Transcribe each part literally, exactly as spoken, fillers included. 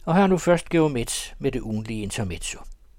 og har nu først Geomets med det ugentlige intermezzo.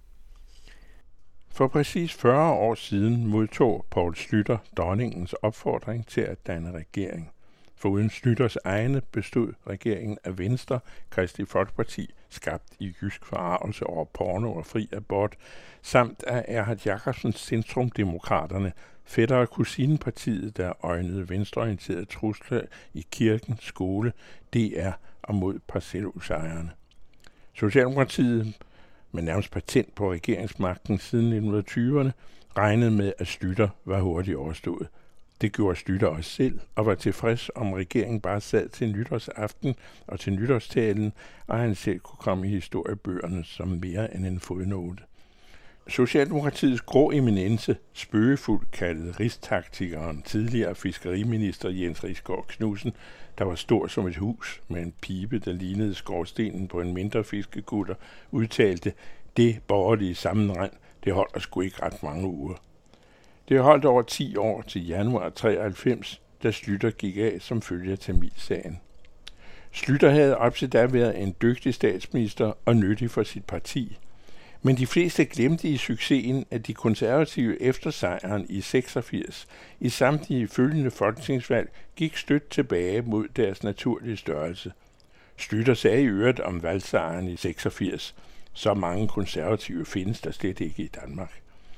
For præcis fyrre år siden modtog Poul Schlüter dronningens opfordring til at danne regering. Foruden Schlüters egne bestod regeringen af Venstre, Kristeligt Folkeparti, skabt i jysk forarvelse over porno og fri abort, samt af Erhard Jacobsens Centrumdemokraterne, fætter- og kusinepartiet, der øjnede venstreorienterede trusler i kirken, skole, D R og mod parcelhusejerne. Socialdemokratiet, med nærmest patent på regeringsmagten siden nitten tyverne, regnede med, at Schlüter var hurtigt overstået. Det gjorde Schlüter også selv, og var tilfreds, om regeringen bare sad til nytårsaften og til nytårstalen, og han selv kunne komme i historiebøgerne som mere end en fodnote. Socialdemokratiets grå eminence, spøgefuldt kaldet rigstaktikeren, tidligere fiskeriminister Jens Riisgaard Knudsen, der var stor som et hus med en pibe, der lignede skorstenen på en mindre fiskekutter, udtalte, det borgerlige sammenrend, det holder sgu ikke ret mange uger. Det holdt over ti år til januar treoghalvfems, da Schlüter gik af som følge af Tamilsagen. Schlüter havde op til da været en dygtig statsminister og nyttig for sit parti, men de fleste glemte i succesen, at de konservative efter sejren i seksogfirs i samtlige følgende folketingsvalg gik stødt tilbage mod deres naturlige størrelse. Schlüter sagde i øvrigt om valgsejren i seksogfirs, så mange konservative findes der slet ikke i Danmark.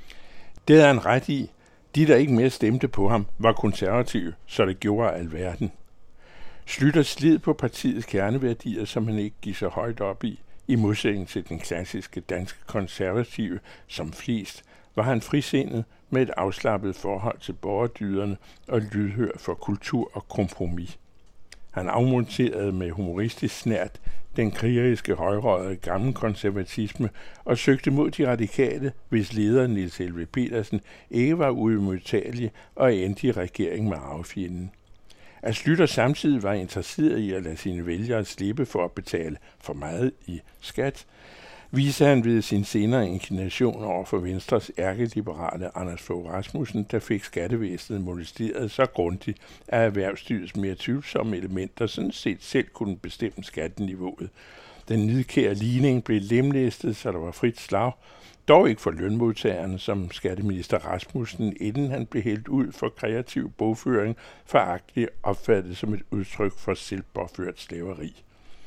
Det havde han ret i. De, der ikke mere stemte på ham, var konservative, så det gjorde alverden. Schlüter slid på partiets kerneværdier, som han ikke gik så højt op i. I modsætning til den klassiske danske konservative, som flest, var han frisindet med et afslappet forhold til borgerdyderne og lydhør for kultur og kompromis. Han afmonterede med humoristisk snert den krigeriske højrøjede gamle konservatisme og søgte mod de radikale, hvis leder Niels Helveg Petersen ikke var uimodtagelig og endte i regering med arvefjenden. At Schlüter samtidig var interesseret i at lade sine vælgere slippe for at betale for meget i skat, viser han ved sin senere inclination over for Venstres ærkeliberale Anders Fogh Rasmussen, der fik skattevæsenet molesteret så grundigt, at erhvervsstyrets mere tvivlsomme elementer sådan set selv kunne bestemme skatteniveauet. Den nidkære ligning blev lemlæstet, så der var frit slag, dog ikke for lønmodtagerne, som skatteminister Rasmussen, inden han blev hældt ud for kreativ bogføring, foragteligt opfattet som et udtryk for selvpåført slaveri.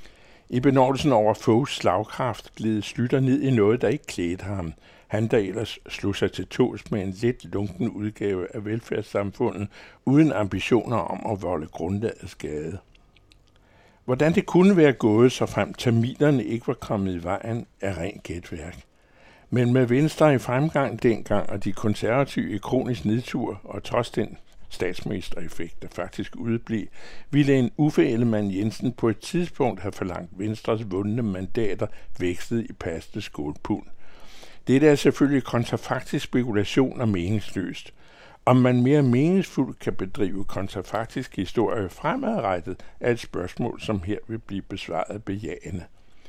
I benådelsen over Foghs slagkraft gled Schlüter ned i noget, der ikke klædte ham. Han der ellers slog sig til tås med en let lunken udgave af velfærdssamfundet, uden ambitioner om at volde grundlaget skade. Hvordan det kunne være gået, så frem tamilerne ikke var kommet i vejen, er rent gætværk. Men med Venstre i fremgang dengang og de konservative i kronisk nedtur, og trods den statsministereffekt, der faktisk udeblev, ville en Uffe Ellemann-Jensen på et tidspunkt have forlangt Venstres vundne mandater vekslet i paste skålpund. Dette er selvfølgelig kontrafaktisk spekulation og meningsløst. Om man mere meningsfuldt kan bedrive kontrafaktisk historie fremadrettet, er et spørgsmål, som her vil blive besvaret bejagende.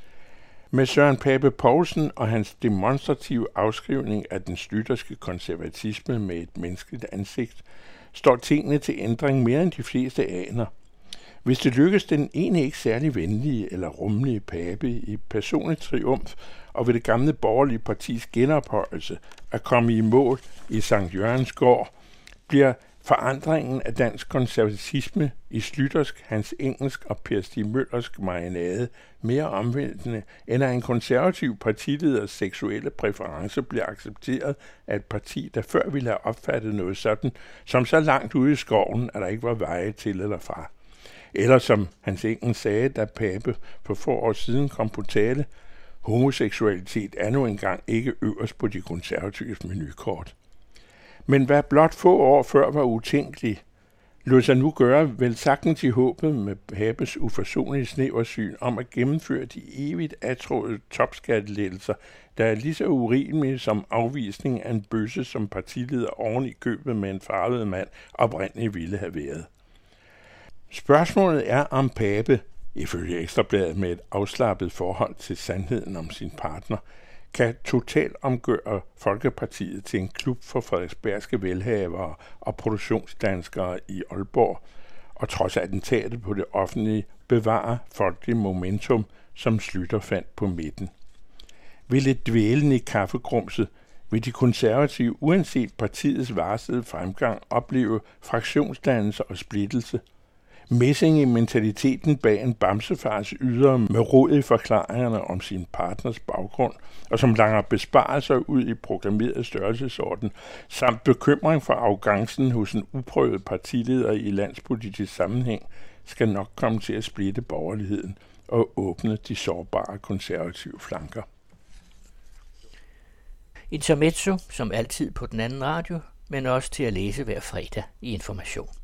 Med Søren Pape Poulsen og hans demonstrative afskrivning af den schlüterske konservatisme med et menneskeligt ansigt, står tingene til ændring mere end de fleste aner. Hvis det lykkes den egentlig ikke særlig venlige eller rummelige Pape i personlig triumf og ved det gamle borgerlige partis genophøjelse at komme i mål i Sankt Jørgens gård, bliver forandringen af dansk konservatisme i Schlütersk, Hans Engelsk og Per Stig Møllersk marinade mere omvæltende, end at en konservativ partileders seksuelle præference bliver accepteret af et parti, der før ville have opfattet noget sådan, som så langt ude i skoven, at der ikke var veje til eller fra. Eller som Hans Engelsk sagde, da Pape for få år siden kom på tale, homoseksualitet er nu engang ikke øverst på de konservatives menukort. Men hvad blot få år før var utænkeligt, lod sig nu gøre vel sagtens i håbet med Papes uforsonlige snæversyn om at gennemføre de evigt atrådede topskattelettelser, der er lige så urimelige som afvisning af en bøsse, som partileder oven i købet med en farvet mand oprindeligt ville have været. Spørgsmålet er, om Pape, ifølge Ekstrabladet med et afslappet forhold til sandheden om sin partner, kan totalt omgøre Folkepartiet til en klub for frederiksbergske velhavere og produktionsdanskere i Aalborg, og trods attentatet på det offentlige bevare folkelig momentum, som Schlüter fandt på midten. Ved lidt dvælen i kaffegrumset vil de konservative, uanset partiets varslede fremgang, opleve fraktionsdannelse og splittelse. Messing i mentaliteten bag en bamsefars ydre med rod i forklaringerne om sin partners baggrund, og som langer besparelser ud i proklameret størrelsesorden, samt bekymring for arrogancen hos en uprøvet partileder i landspolitisk sammenhæng, skal nok komme til at splitte borgerligheden og åbne de sårbare konservative flanker. Intermezzo, som altid på den anden radio, men også til at læse hver fredag i Information.